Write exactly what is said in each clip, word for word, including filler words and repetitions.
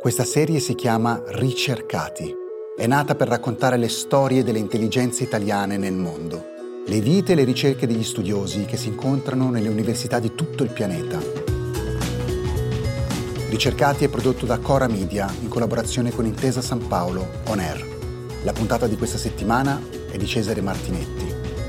Questa serie si chiama Ricercati. È nata per raccontare le storie delle intelligenze italiane nel mondo, le vite e le ricerche degli studiosi che si incontrano nelle università di tutto il pianeta. Ricercati è prodotto da Cora Media in collaborazione con Intesa San Paolo On Air. La puntata di questa settimana è di Cesare Martinetti.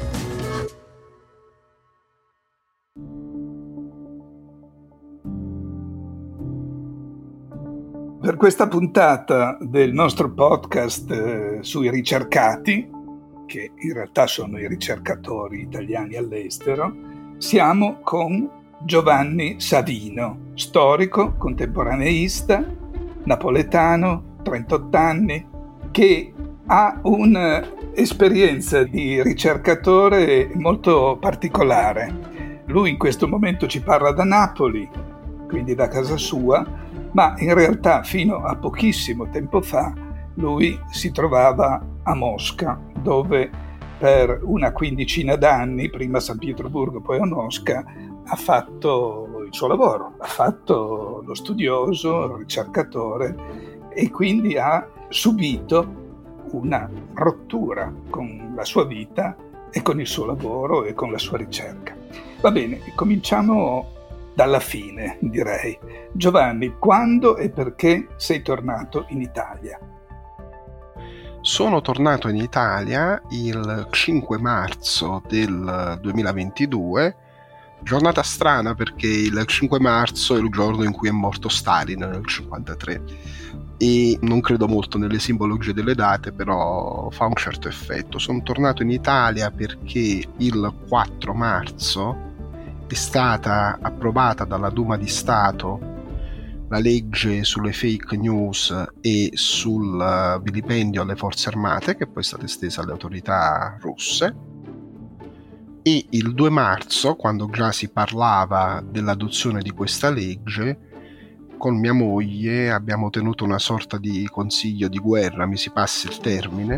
Per questa puntata del nostro podcast eh, sui ricercati, che in realtà sono i ricercatori italiani all'estero, siamo con Giovanni Savino, storico, contemporaneista, napoletano, trentotto anni, che ha un'esperienza di ricercatore molto particolare. Lui in questo momento ci parla da Napoli, quindi da casa sua, ma in realtà fino a pochissimo tempo fa lui si trovava a Mosca, dove per una quindicina d'anni, prima a San Pietroburgo, poi a Mosca, ha fatto il suo lavoro, ha fatto lo studioso, il ricercatore, e quindi ha subito una rottura con la sua vita e con il suo lavoro e con la sua ricerca. Va bene, cominciamo dalla fine, direi. Giovanni, quando e perché sei tornato in Italia? Sono tornato in Italia il cinque marzo del duemilaventidue, giornata strana perché il cinque marzo è il giorno in cui è morto Stalin nel cinquantatré e non credo molto nelle simbologie delle date, però fa un certo effetto. Sono tornato in Italia perché il quattro marzo è stata approvata dalla Duma di Stato la legge sulle fake news e sul vilipendio alle forze armate, che poi è stata estesa alle autorità russe, e il due marzo, quando già si parlava dell'adozione di questa legge, con mia moglie abbiamo tenuto una sorta di consiglio di guerra, mi si passi il termine,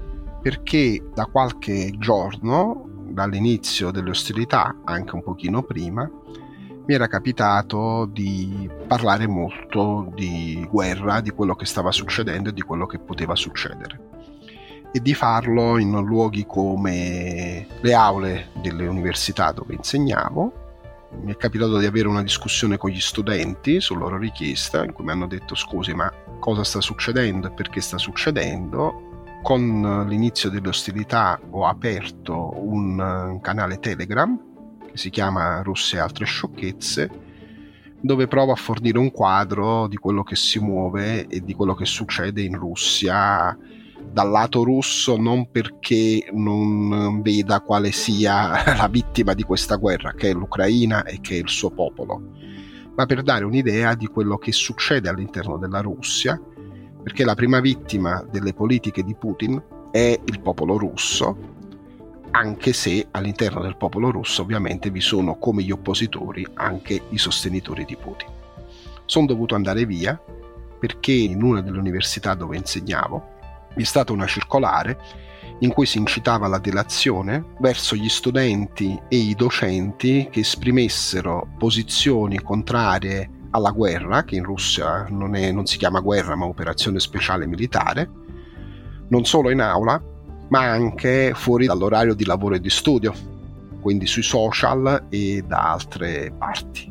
perché da qualche giorno, dall'inizio delle ostilità, anche un pochino prima, mi era capitato di parlare molto di guerra, di quello che stava succedendo e di quello che poteva succedere, e di farlo in luoghi come le aule delle università dove insegnavo. Mi è capitato di avere una discussione con gli studenti su loro richiesta, in cui mi hanno detto: scusi, ma cosa sta succedendo e perché sta succedendo? Con l'inizio delle ostilità ho aperto un canale Telegram che si chiama Russia e altre sciocchezze, dove provo a fornire un quadro di quello che si muove e di quello che succede in Russia dal lato russo, non perché non veda quale sia la vittima di questa guerra, che è l'Ucraina e che è il suo popolo, ma per dare un'idea di quello che succede all'interno della Russia, perché la prima vittima delle politiche di Putin è il popolo russo, anche se all'interno del popolo russo ovviamente vi sono, come gli oppositori, anche i sostenitori di Putin. Sono dovuto andare via perché in una delle università dove insegnavo vi è stata una circolare in cui si incitava alla delazione verso gli studenti e i docenti che esprimessero posizioni contrarie alla guerra, che in Russia non, è, non si chiama guerra ma operazione speciale militare, non solo in aula ma anche fuori dall'orario di lavoro e di studio, quindi sui social e da altre parti.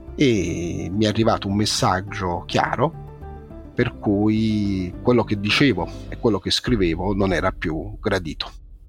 E mi è arrivato un messaggio chiaro per cui quello che dicevo e quello che scrivevo non era più gradito.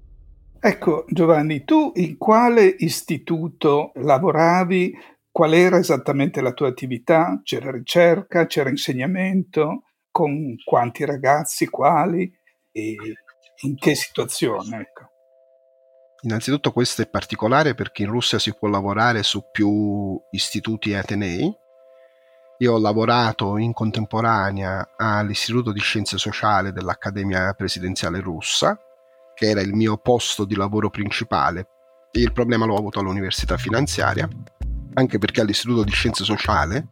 Ecco, Giovanni, tu in quale istituto lavoravi? Qual era esattamente la tua attività? C'era ricerca, c'era insegnamento? Con quanti ragazzi, quali e in che situazione? Ecco. Innanzitutto questo è particolare perché in Russia si può lavorare su più istituti e atenei. Io ho lavorato in contemporanea all'Istituto di Scienze Sociali dell'Accademia Presidenziale Russa, che era il mio posto di lavoro principale. E il problema l'ho avuto all'università finanziaria, anche perché all'Istituto di Scienze Sociali,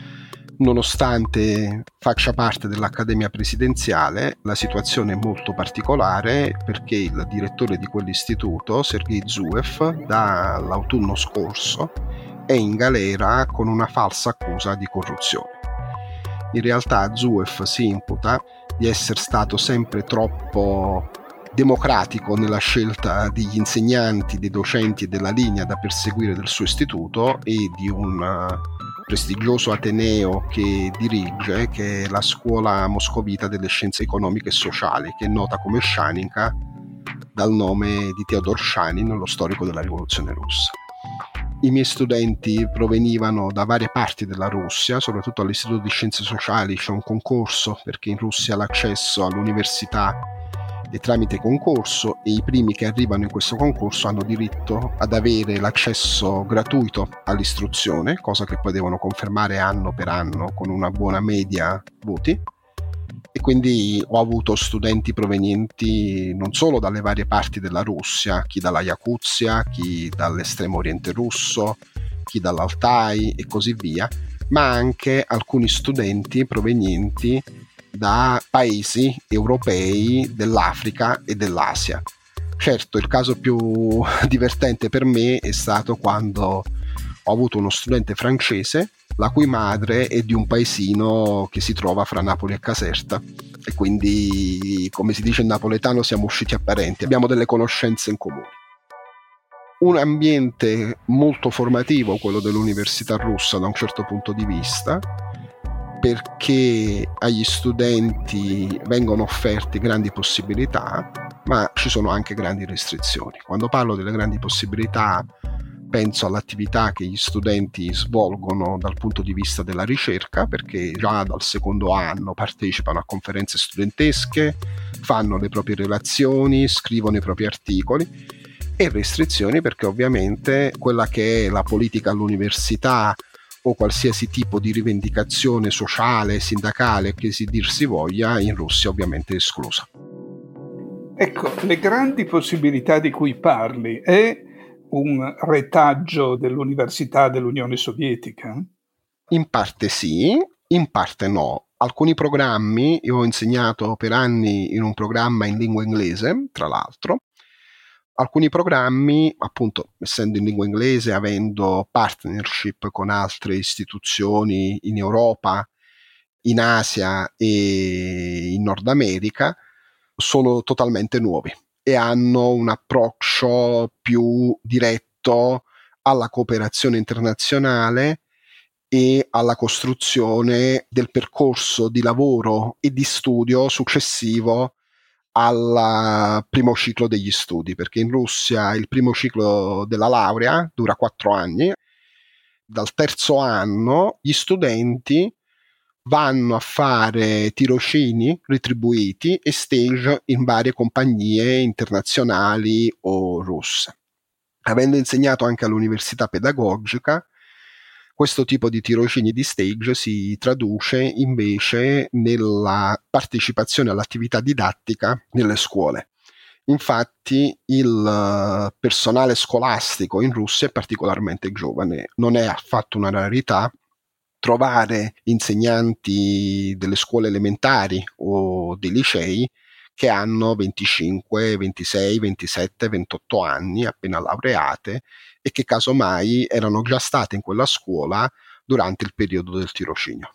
nonostante faccia parte dell'Accademia Presidenziale, la situazione è molto particolare perché il direttore di quell'istituto, Sergei Zuev, dall'autunno scorso è in galera con una falsa accusa di corruzione. In realtà a Zuev si imputa di essere stato sempre troppo democratico nella scelta degli insegnanti, dei docenti e della linea da perseguire del suo istituto e di un prestigioso ateneo che dirige, che è la Scuola Moscovita delle Scienze Economiche e Sociali, che è nota come Scianinka dal nome di Theodor Shanin, lo storico della rivoluzione russa. I miei studenti provenivano da varie parti della Russia, soprattutto all'Istituto di Scienze Sociali c'è un concorso, perché in Russia l'accesso all'università è tramite concorso e i primi che arrivano in questo concorso hanno diritto ad avere l'accesso gratuito all'istruzione, cosa che poi devono confermare anno per anno con una buona media voti. E quindi ho avuto studenti provenienti non solo dalle varie parti della Russia, chi dalla Yakuzia, chi dall'estremo oriente russo, chi dall'Altai e così via, ma anche alcuni studenti provenienti da paesi europei dell'Africa e dell'Asia. Certo, il caso più divertente per me è stato quando ho avuto uno studente francese la cui madre è di un paesino che si trova fra Napoli e Caserta e quindi, come si dice in napoletano, siamo usciti apparenti, abbiamo delle conoscenze in comune. Un ambiente molto formativo, quello dell'università russa da un certo punto di vista, perché agli studenti vengono offerte grandi possibilità, ma ci sono anche grandi restrizioni. Quando parlo delle grandi possibilità penso all'attività che gli studenti svolgono dal punto di vista della ricerca, perché già dal secondo anno partecipano a conferenze studentesche, fanno le proprie relazioni, scrivono i propri articoli, e restrizioni perché ovviamente quella che è la politica all'università o qualsiasi tipo di rivendicazione sociale, sindacale, che si dir si voglia, in Russia ovviamente è esclusa. Ecco, le grandi possibilità di cui parli è un retaggio dell'Università dell'Unione Sovietica? In parte sì, in parte no. Alcuni programmi, io ho insegnato per anni in un programma in lingua inglese, tra l'altro, alcuni programmi, appunto, essendo in lingua inglese, avendo partnership con altre istituzioni in Europa, in Asia e in Nord America, sono totalmente nuovi e hanno un approccio più diretto alla cooperazione internazionale e alla costruzione del percorso di lavoro e di studio successivo al primo ciclo degli studi, perché in Russia il primo ciclo della laurea dura quattro anni. Dal terzo anno gli studenti vanno a fare tirocini retribuiti e stage in varie compagnie internazionali o russe. Avendo insegnato anche all'università pedagogica, questo tipo di tirocini di stage si traduce invece nella partecipazione all'attività didattica nelle scuole. Infatti il personale scolastico in Russia è particolarmente giovane, non è affatto una rarità trovare insegnanti delle scuole elementari o dei licei che hanno venticinque, ventisei, ventisette, ventotto anni appena laureate e che casomai erano già state in quella scuola durante il periodo del tirocinio.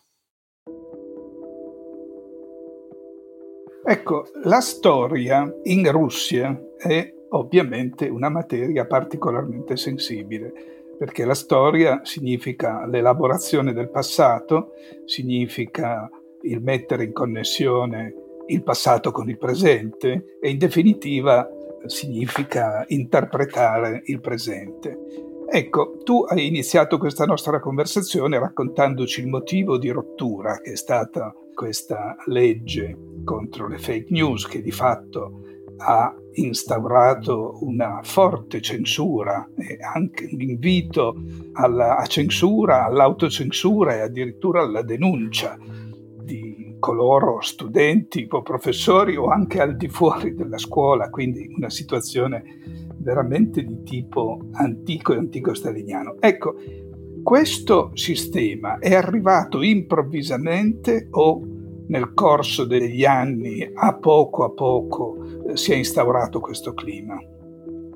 Ecco, la storia in Russia è ovviamente una materia particolarmente sensibile, perché la storia significa l'elaborazione del passato, significa il mettere in connessione il passato con il presente e in definitiva significa interpretare il presente. Ecco, tu hai iniziato questa nostra conversazione raccontandoci il motivo di rottura che è stata questa legge contro le fake news che di fatto ha instaurato una forte censura e anche un invito alla a censura, all'autocensura e addirittura alla denuncia di coloro, studenti o professori o anche al di fuori della scuola, quindi una situazione veramente di tipo antico e antico staliniano. Ecco, questo sistema è arrivato improvvisamente o nel corso degli anni, a poco a poco, eh, si è instaurato questo clima?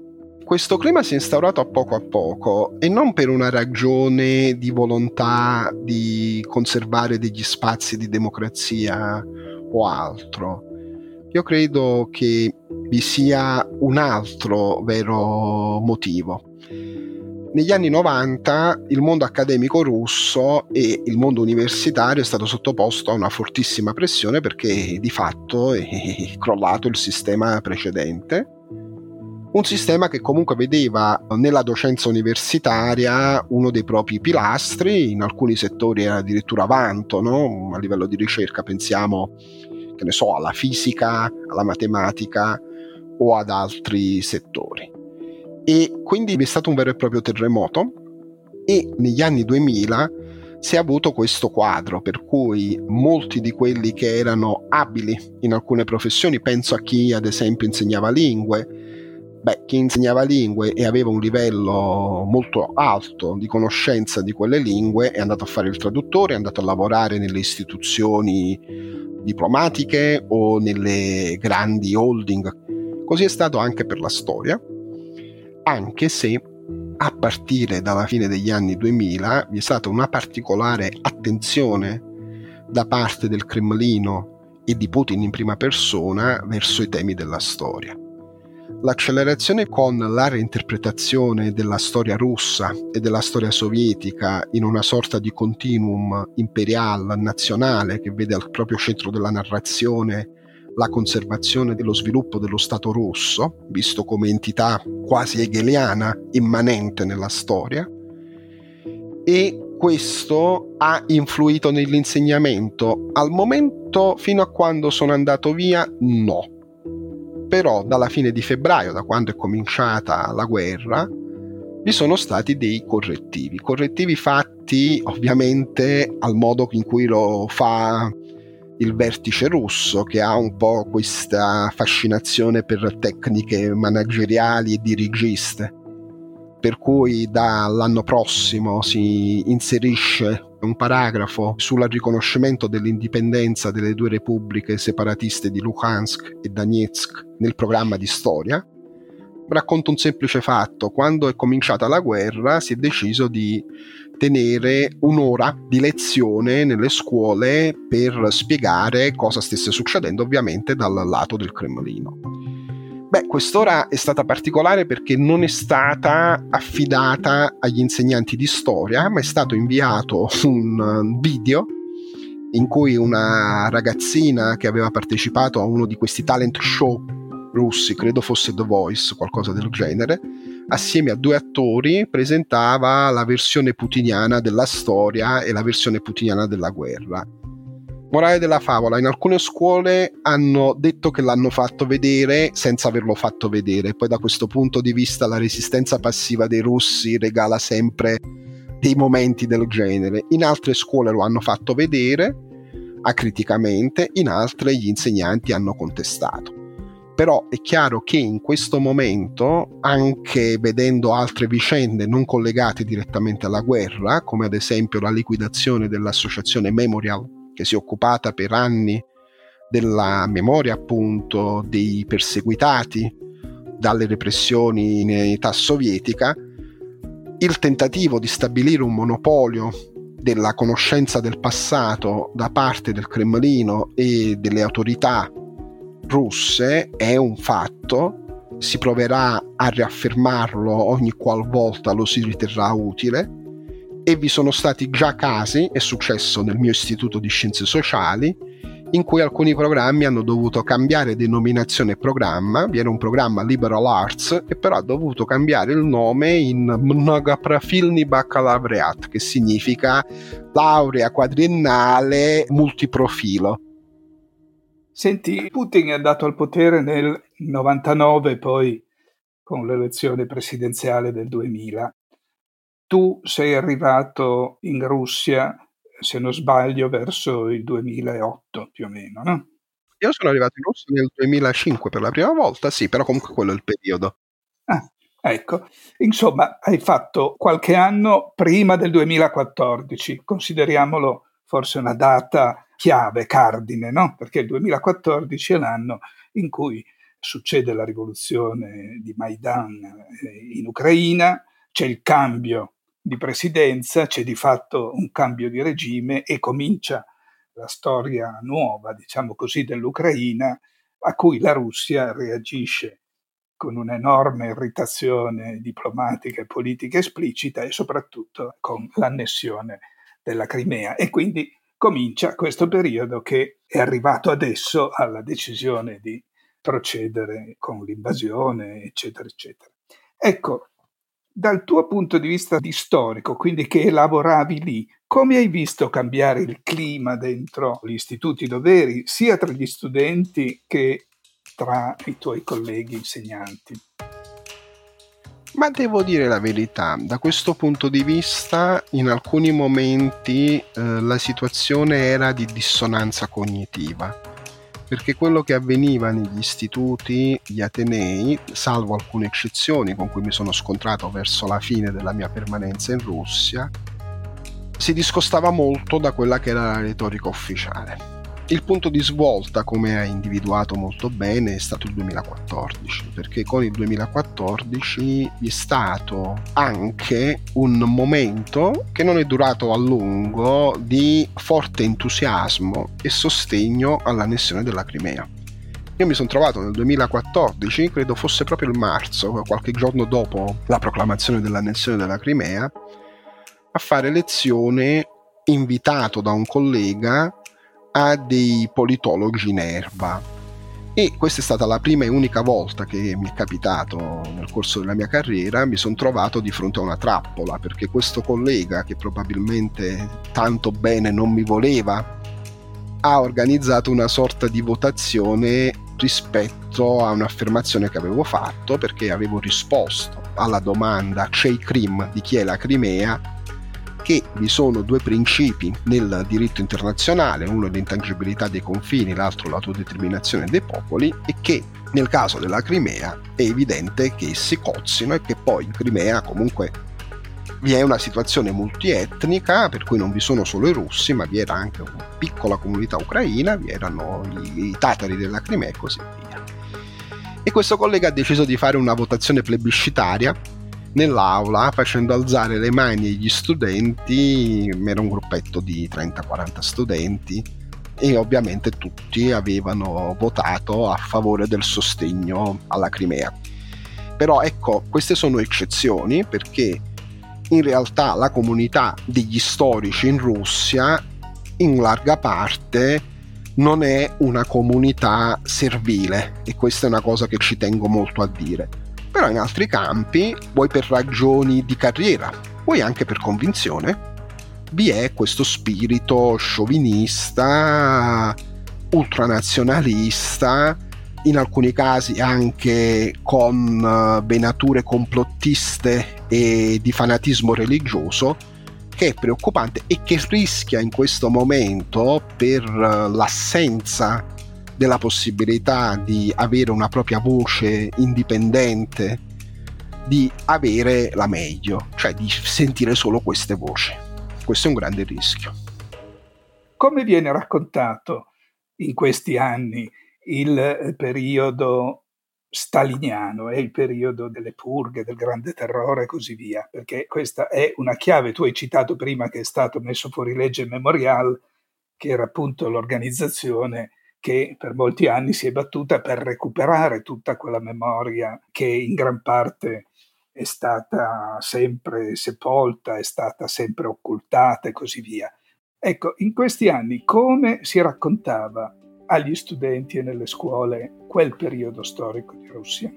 questo clima si è instaurato a poco a poco e non per una ragione di volontà di conservare degli spazi di democrazia o altro. Io credo che vi sia un altro vero motivo. Negli anni novanta il mondo accademico russo e il mondo universitario è stato sottoposto a una fortissima pressione perché di fatto è crollato il sistema precedente. Un sistema che comunque vedeva nella docenza universitaria uno dei propri pilastri, in alcuni settori era addirittura vanto, no? A livello di ricerca pensiamo, che ne so, alla fisica, alla matematica o ad altri settori. E quindi è stato un vero e proprio terremoto e negli anni duemila si è avuto questo quadro per cui molti di quelli che erano abili in alcune professioni, penso a chi ad esempio insegnava lingue, beh, chi insegnava lingue e aveva un livello molto alto di conoscenza di quelle lingue è andato a fare il traduttore, è andato a lavorare nelle istituzioni diplomatiche o nelle grandi holding. Così è stato anche per la storia, anche se a partire dalla fine degli anni duemila vi è stata una particolare attenzione da parte del Cremlino e di Putin in prima persona verso i temi della storia. L'accelerazione con la reinterpretazione della storia russa e della storia sovietica in una sorta di continuum imperial nazionale che vede al proprio centro della narrazione la conservazione dello sviluppo dello Stato russo, visto come entità quasi hegeliana immanente nella storia, e questo ha influito nell'insegnamento. Al momento, fino a quando sono andato via, no. Però dalla fine di febbraio, da quando è cominciata la guerra, vi sono stati dei correttivi, correttivi fatti ovviamente al modo in cui lo fa il vertice russo, che ha un po' questa fascinazione per tecniche manageriali e dirigiste, per cui dall'anno prossimo si inserisce un paragrafo sul riconoscimento dell'indipendenza delle due repubbliche separatiste di Luhansk e Donetsk nel programma di storia. Racconto un semplice fatto: quando è cominciata la guerra si è deciso di tenere un'ora di lezione nelle scuole per spiegare cosa stesse succedendo, ovviamente dal lato del Cremlino. Beh, quest'ora è stata particolare perché non è stata affidata agli insegnanti di storia, ma è stato inviato un video in cui una ragazzina che aveva partecipato a uno di questi talent show russi, credo fosse The Voice, qualcosa del genere, assieme a due attori presentava la versione putiniana della storia e la versione putiniana della guerra. Morale della favola: in alcune scuole hanno detto che l'hanno fatto vedere senza averlo fatto vedere. Poi da questo punto di vista la resistenza passiva dei russi regala sempre dei momenti del genere. In altre scuole lo hanno fatto vedere acriticamente, in altre gli insegnanti hanno contestato. Però è chiaro che in questo momento, anche vedendo altre vicende non collegate direttamente alla guerra, come ad esempio la liquidazione dell'associazione Memorial, che si è occupata per anni della memoria appunto dei perseguitati dalle repressioni in età sovietica, il tentativo di stabilire un monopolio della conoscenza del passato da parte del Cremlino e delle autorità russe è un fatto, si proverà a riaffermarlo ogni qualvolta lo si riterrà utile, e vi sono stati già casi, è successo nel mio istituto di scienze sociali, in cui alcuni programmi hanno dovuto cambiare denominazione programma. Vi era un programma Liberal Arts e però ha dovuto cambiare il nome in Mnogoprofilny Baccalaureat, che significa laurea quadriennale multiprofilo. Senti, Putin è andato al potere nel novantanove, poi con l'elezione presidenziale del duemila. Tu sei arrivato in Russia, se non sbaglio, verso il duemilaotto più o meno, no? Io sono arrivato in Russia nel duemilacinque per la prima volta, sì, però comunque quello è il periodo. Ah, ecco. Insomma, hai fatto qualche anno prima del duemilaquattordici, consideriamolo forse una data chiave, cardine, no? Perché il duemilaquattordici è l'anno in cui succede la rivoluzione di Maidan in Ucraina, c'è il cambio di presidenza, c'è di fatto un cambio di regime e comincia la storia nuova, diciamo così, dell'Ucraina, a cui la Russia reagisce con un'enorme irritazione diplomatica e politica esplicita e soprattutto con l'annessione della Crimea. E quindi comincia questo periodo che è arrivato adesso alla decisione di procedere con l'invasione, eccetera, eccetera. Ecco, dal tuo punto di vista di storico, quindi che lavoravi lì, come hai visto cambiare il clima dentro gli istituti dove eri, sia tra gli studenti che tra i tuoi colleghi insegnanti? Ma devo dire la verità, da questo punto di vista in alcuni momenti eh, la situazione era di dissonanza cognitiva, perché quello che avveniva negli istituti, gli atenei, salvo alcune eccezioni con cui mi sono scontrato verso la fine della mia permanenza in Russia, si discostava molto da quella che era la retorica ufficiale. Il punto di svolta, come hai individuato molto bene, è stato il duemilaquattordici, perché con il duemilaquattordici vi è stato anche un momento che non è durato a lungo di forte entusiasmo e sostegno all'annessione della Crimea. Io mi sono trovato nel duemilaquattordici, credo fosse proprio il marzo, qualche giorno dopo la proclamazione dell'annessione della Crimea, a fare lezione invitato da un collega a dei politologi in erba, e questa è stata la prima e unica volta che mi è capitato nel corso della mia carriera. Mi sono trovato di fronte a una trappola, perché questo collega, che probabilmente tanto bene non mi voleva, ha organizzato una sorta di votazione rispetto a un'affermazione che avevo fatto, perché avevo risposto alla domanda c'è il Crim, di chi è la Crimea, che vi sono due principi nel diritto internazionale, uno l'intangibilità dei confini, l'altro l'autodeterminazione dei popoli, e che nel caso della Crimea è evidente che si cozzino e che poi in Crimea comunque vi è una situazione multietnica, per cui non vi sono solo i russi, ma vi era anche una piccola comunità ucraina, vi erano i, i tatari della Crimea e così via. E questo collega ha deciso di fare una votazione plebiscitaria nell'aula, facendo alzare le mani agli studenti. Era un gruppetto di trenta quaranta studenti e ovviamente tutti avevano votato a favore del sostegno alla Crimea. Però ecco, queste sono eccezioni, perché in realtà la comunità degli storici in Russia in larga parte non è una comunità servile, e questa è una cosa che ci tengo molto a dire. Però in altri campi, vuoi per ragioni di carriera, vuoi anche per convinzione, vi è questo spirito sciovinista, ultranazionalista, in alcuni casi anche con venature complottiste e di fanatismo religioso, che è preoccupante e che rischia in questo momento, per l'assenza della possibilità di avere una propria voce indipendente, di avere la meglio, cioè di sentire solo queste voci. Questo è un grande rischio. Come viene raccontato in questi anni il periodo staliniano, è il periodo delle purghe, del grande terrore e così via? Perché questa è una chiave. Tu hai citato prima che è stato messo fuori legge il Memorial, che era appunto l'organizzazione che per molti anni si è battuta per recuperare tutta quella memoria che in gran parte è stata sempre sepolta, è stata sempre occultata e così via. Ecco, in questi anni come si raccontava agli studenti e nelle scuole quel periodo storico di Russia?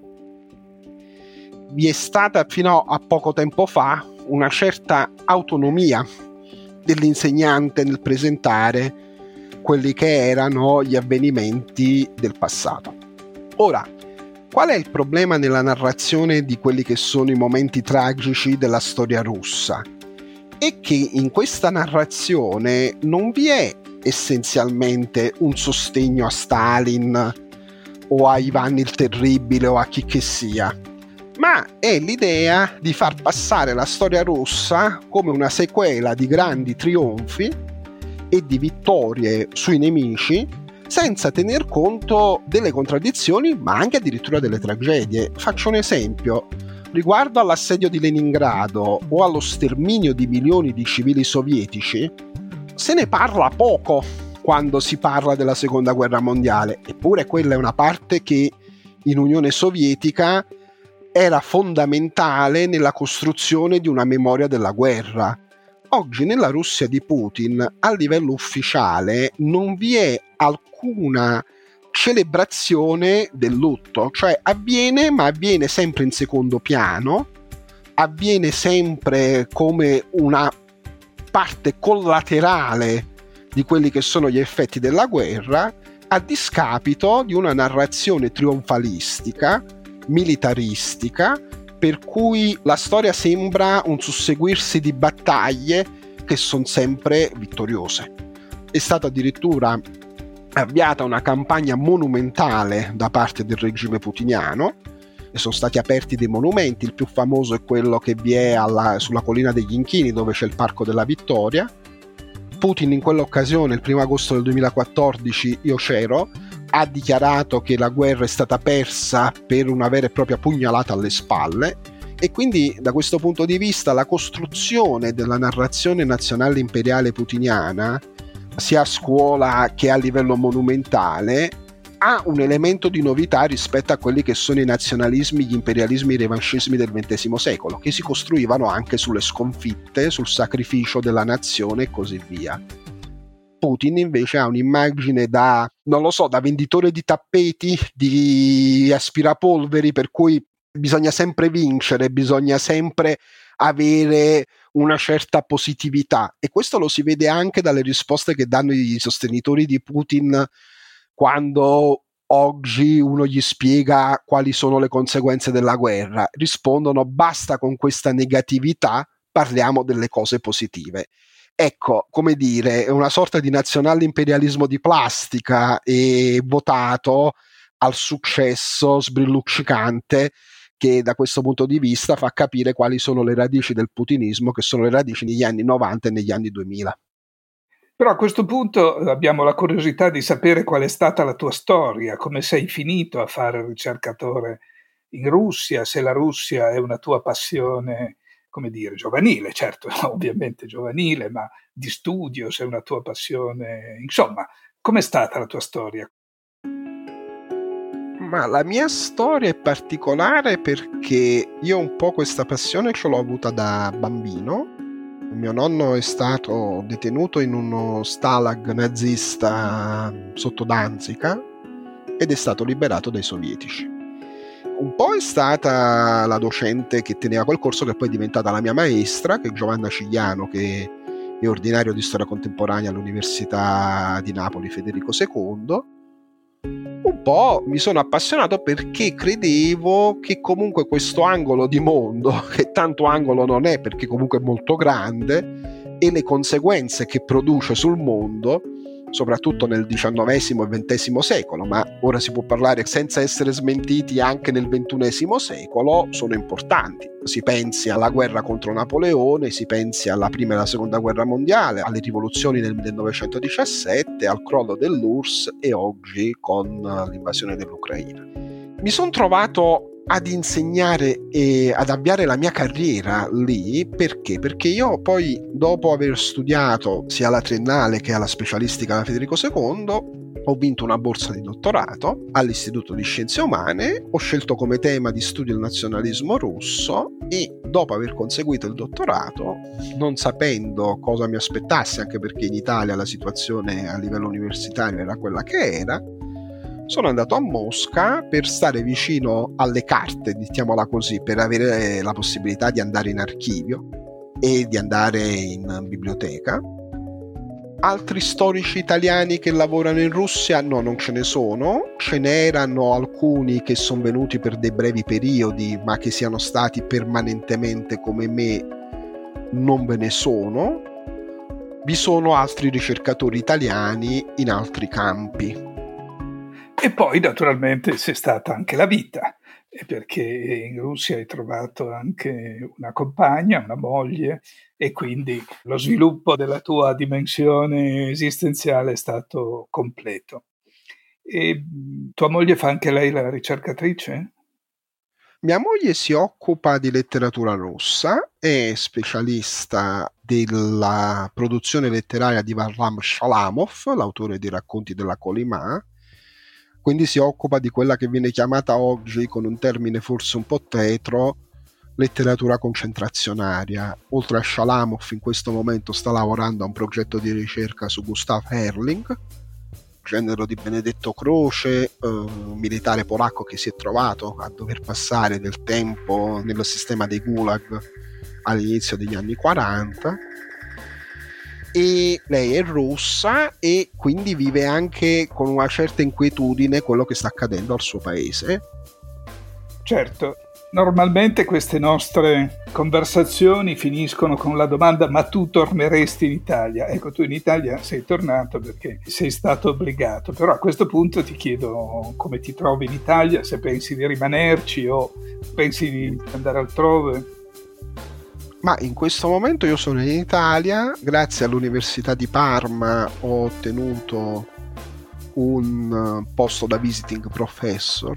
Vi è stata fino a poco tempo fa una certa autonomia dell'insegnante nel presentare quelli che erano gli avvenimenti del passato. Ora, qual è il problema nella narrazione di quelli che sono i momenti tragici della storia russa? È che in questa narrazione non vi è essenzialmente un sostegno a Stalin o a Ivan il Terribile o a chi che sia, ma è l'idea di far passare la storia russa come una sequela di grandi trionfi e di vittorie sui nemici, senza tener conto delle contraddizioni, ma anche addirittura delle tragedie. Faccio un esempio. Riguardo all'assedio di Leningrado o allo sterminio di milioni di civili sovietici, se ne parla poco quando si parla della seconda guerra mondiale, eppure quella è una parte che in Unione Sovietica era fondamentale nella costruzione di una memoria della guerra. Oggi nella Russia di Putin, a livello ufficiale, non vi è alcuna celebrazione del lutto, cioè avviene, ma avviene sempre in secondo piano, avviene sempre come una parte collaterale di quelli che sono gli effetti della guerra, a discapito di una narrazione trionfalistica, militaristica, per cui la storia sembra un susseguirsi di battaglie che sono sempre vittoriose. È stata addirittura avviata una campagna monumentale da parte del regime putiniano e sono stati aperti dei monumenti. Il più famoso è quello che vi è alla, sulla collina degli Inchini, dove c'è il Parco della Vittoria. Putin in quell'occasione, il primo agosto del duemilaquattordici, io c'ero, ha dichiarato che la guerra è stata persa per una vera e propria pugnalata alle spalle, e quindi da questo punto di vista la costruzione della narrazione nazionale imperiale putiniana, sia a scuola che a livello monumentale, ha un elemento di novità rispetto a quelli che sono i nazionalismi, gli imperialismi, i revanchismi del ventesimo secolo, che si costruivano anche sulle sconfitte, sul sacrificio della nazione e così via. Putin invece ha un'immagine da, non lo so, da venditore di tappeti, di aspirapolveri, per cui bisogna sempre vincere, bisogna sempre avere una certa positività, e questo lo si vede anche dalle risposte che danno i sostenitori di Putin quando oggi uno gli spiega quali sono le conseguenze della guerra. Rispondono: basta con questa negatività, parliamo delle cose positive. Ecco, come dire, è una sorta di nazionale imperialismo di plastica e votato al successo sbrilluccicante, che da questo punto di vista fa capire quali sono le radici del putinismo, che sono le radici negli anni novanta e negli anni duemila. Però a questo punto abbiamo la curiosità di sapere qual è stata la tua storia, come sei finito a fare il ricercatore in Russia, se la Russia è una tua passione, come dire, giovanile, certo, ovviamente giovanile, ma di studio, se è una tua passione, insomma, com'è stata la tua storia? Ma la mia storia è particolare perché io un po' questa passione ce l'ho avuta da bambino. Mio nonno è stato detenuto in uno stalag nazista sotto Danzica ed è stato liberato dai sovietici. Un po' è stata la docente che teneva quel corso, che poi è diventata la mia maestra, che è Giovanna Cigliano, che è ordinario di storia contemporanea all'Università di Napoli Federico secondo. Un po' mi sono appassionato perché credevo che comunque questo angolo di mondo, che tanto angolo non è perché comunque è molto grande, e le conseguenze che produce sul mondo, soprattutto nel diciannovesimo e ventesimo secolo, ma ora si può parlare senza essere smentiti anche nel ventunesimo secolo, sono importanti. Si pensi alla guerra contro Napoleone, si pensi alla prima e alla seconda guerra mondiale, alle rivoluzioni del millenovecentodiciassette, al crollo dell'U R S S e oggi con l'invasione dell'Ucraina. Mi sono trovato ad insegnare e ad avviare la mia carriera lì perché? Perché io poi, dopo aver studiato sia alla triennale che alla specialistica da Federico secondo, ho vinto una borsa di dottorato all'Istituto di Scienze Umane, ho scelto come tema di studio il nazionalismo russo e dopo aver conseguito il dottorato, non sapendo cosa mi aspettasse, anche perché in Italia la situazione a livello universitario era quella che era, sono andato a Mosca per stare vicino alle carte, diciamola così, per avere la possibilità di andare in archivio e di andare in biblioteca. Altri storici italiani che lavorano in Russia? No, non ce ne sono. Ce n'erano alcuni che sono venuti per dei brevi periodi, ma che siano stati permanentemente come me non ve ne sono. Vi sono altri ricercatori italiani in altri campi. E poi naturalmente c'è stata anche la vita, perché in Russia hai trovato anche una compagna, una moglie, e quindi lo sviluppo della tua dimensione esistenziale è stato completo. E tua moglie fa anche lei la ricercatrice? Mia moglie si occupa di letteratura russa, è specialista della produzione letteraria di Varlam Shalamov, l'autore dei racconti della Kolyma, quindi si occupa di quella che viene chiamata oggi, con un termine forse un po' tetro, letteratura concentrazionaria. Oltre a Shalamov, in questo momento sta lavorando a un progetto di ricerca su Gustav Herling, genero di Benedetto Croce, eh, un militare polacco che si è trovato a dover passare del tempo nel sistema dei Gulag all'inizio degli anni quaranta. E lei è russa e quindi vive anche con una certa inquietudine quello che sta accadendo al suo paese. Certo, normalmente queste nostre conversazioni finiscono con la domanda: ma tu torneresti in Italia? Ecco, tu in Italia sei tornato perché sei stato obbligato, però a questo punto ti chiedo come ti trovi in Italia, se pensi di rimanerci o pensi di andare altrove. Ma in questo momento io sono in Italia, grazie all'Università di Parma ho ottenuto un posto da visiting professor,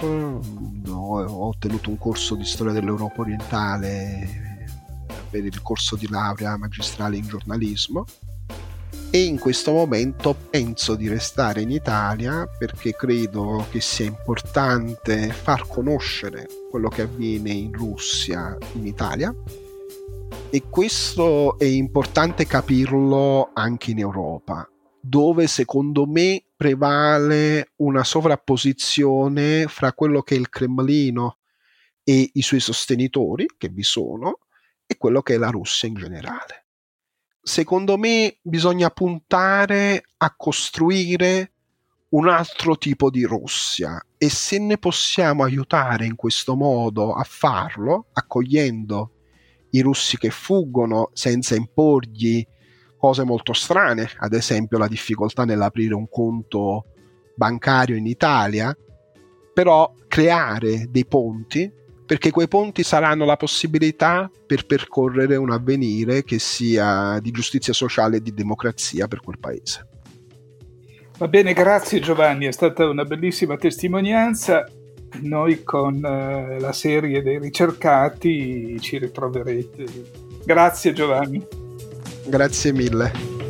ho ottenuto un corso di storia dell'Europa orientale per il corso di laurea magistrale in giornalismo, e in questo momento penso di restare in Italia perché credo che sia importante far conoscere quello che avviene in Russia in Italia, e questo è importante capirlo anche in Europa, dove secondo me prevale una sovrapposizione fra quello che è il Cremlino e i suoi sostenitori, che vi sono, e quello che è la Russia in generale. Secondo me bisogna puntare a costruire un altro tipo di Russia, e se ne possiamo aiutare in questo modo a farlo, accogliendo i russi che fuggono senza imporgli cose molto strane, ad esempio la difficoltà nell'aprire un conto bancario in Italia, però creare dei ponti, perché quei ponti saranno la possibilità per percorrere un avvenire che sia di giustizia sociale e di democrazia per quel paese. Va bene, grazie Giovanni, è stata una bellissima testimonianza. Noi con eh, la serie dei ricercati ci ritroverete. Grazie Giovanni. Grazie mille.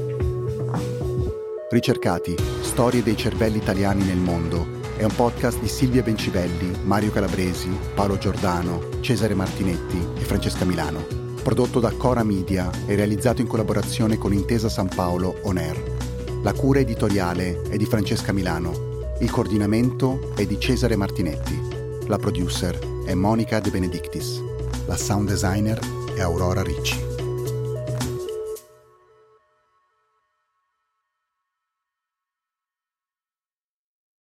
Ricercati, storie dei cervelli italiani nel mondo è un podcast di Silvia Bencivelli, Mario Calabresi, Paolo Giordano, Cesare Martinetti e Francesca Milano. Prodotto da Cora Media e realizzato in collaborazione con Intesa San Paolo On Air. La cura editoriale è di Francesca Milano. Il coordinamento è di Cesare Martinetti. La producer è Monica De Benedictis. La sound designer è Aurora Ricci.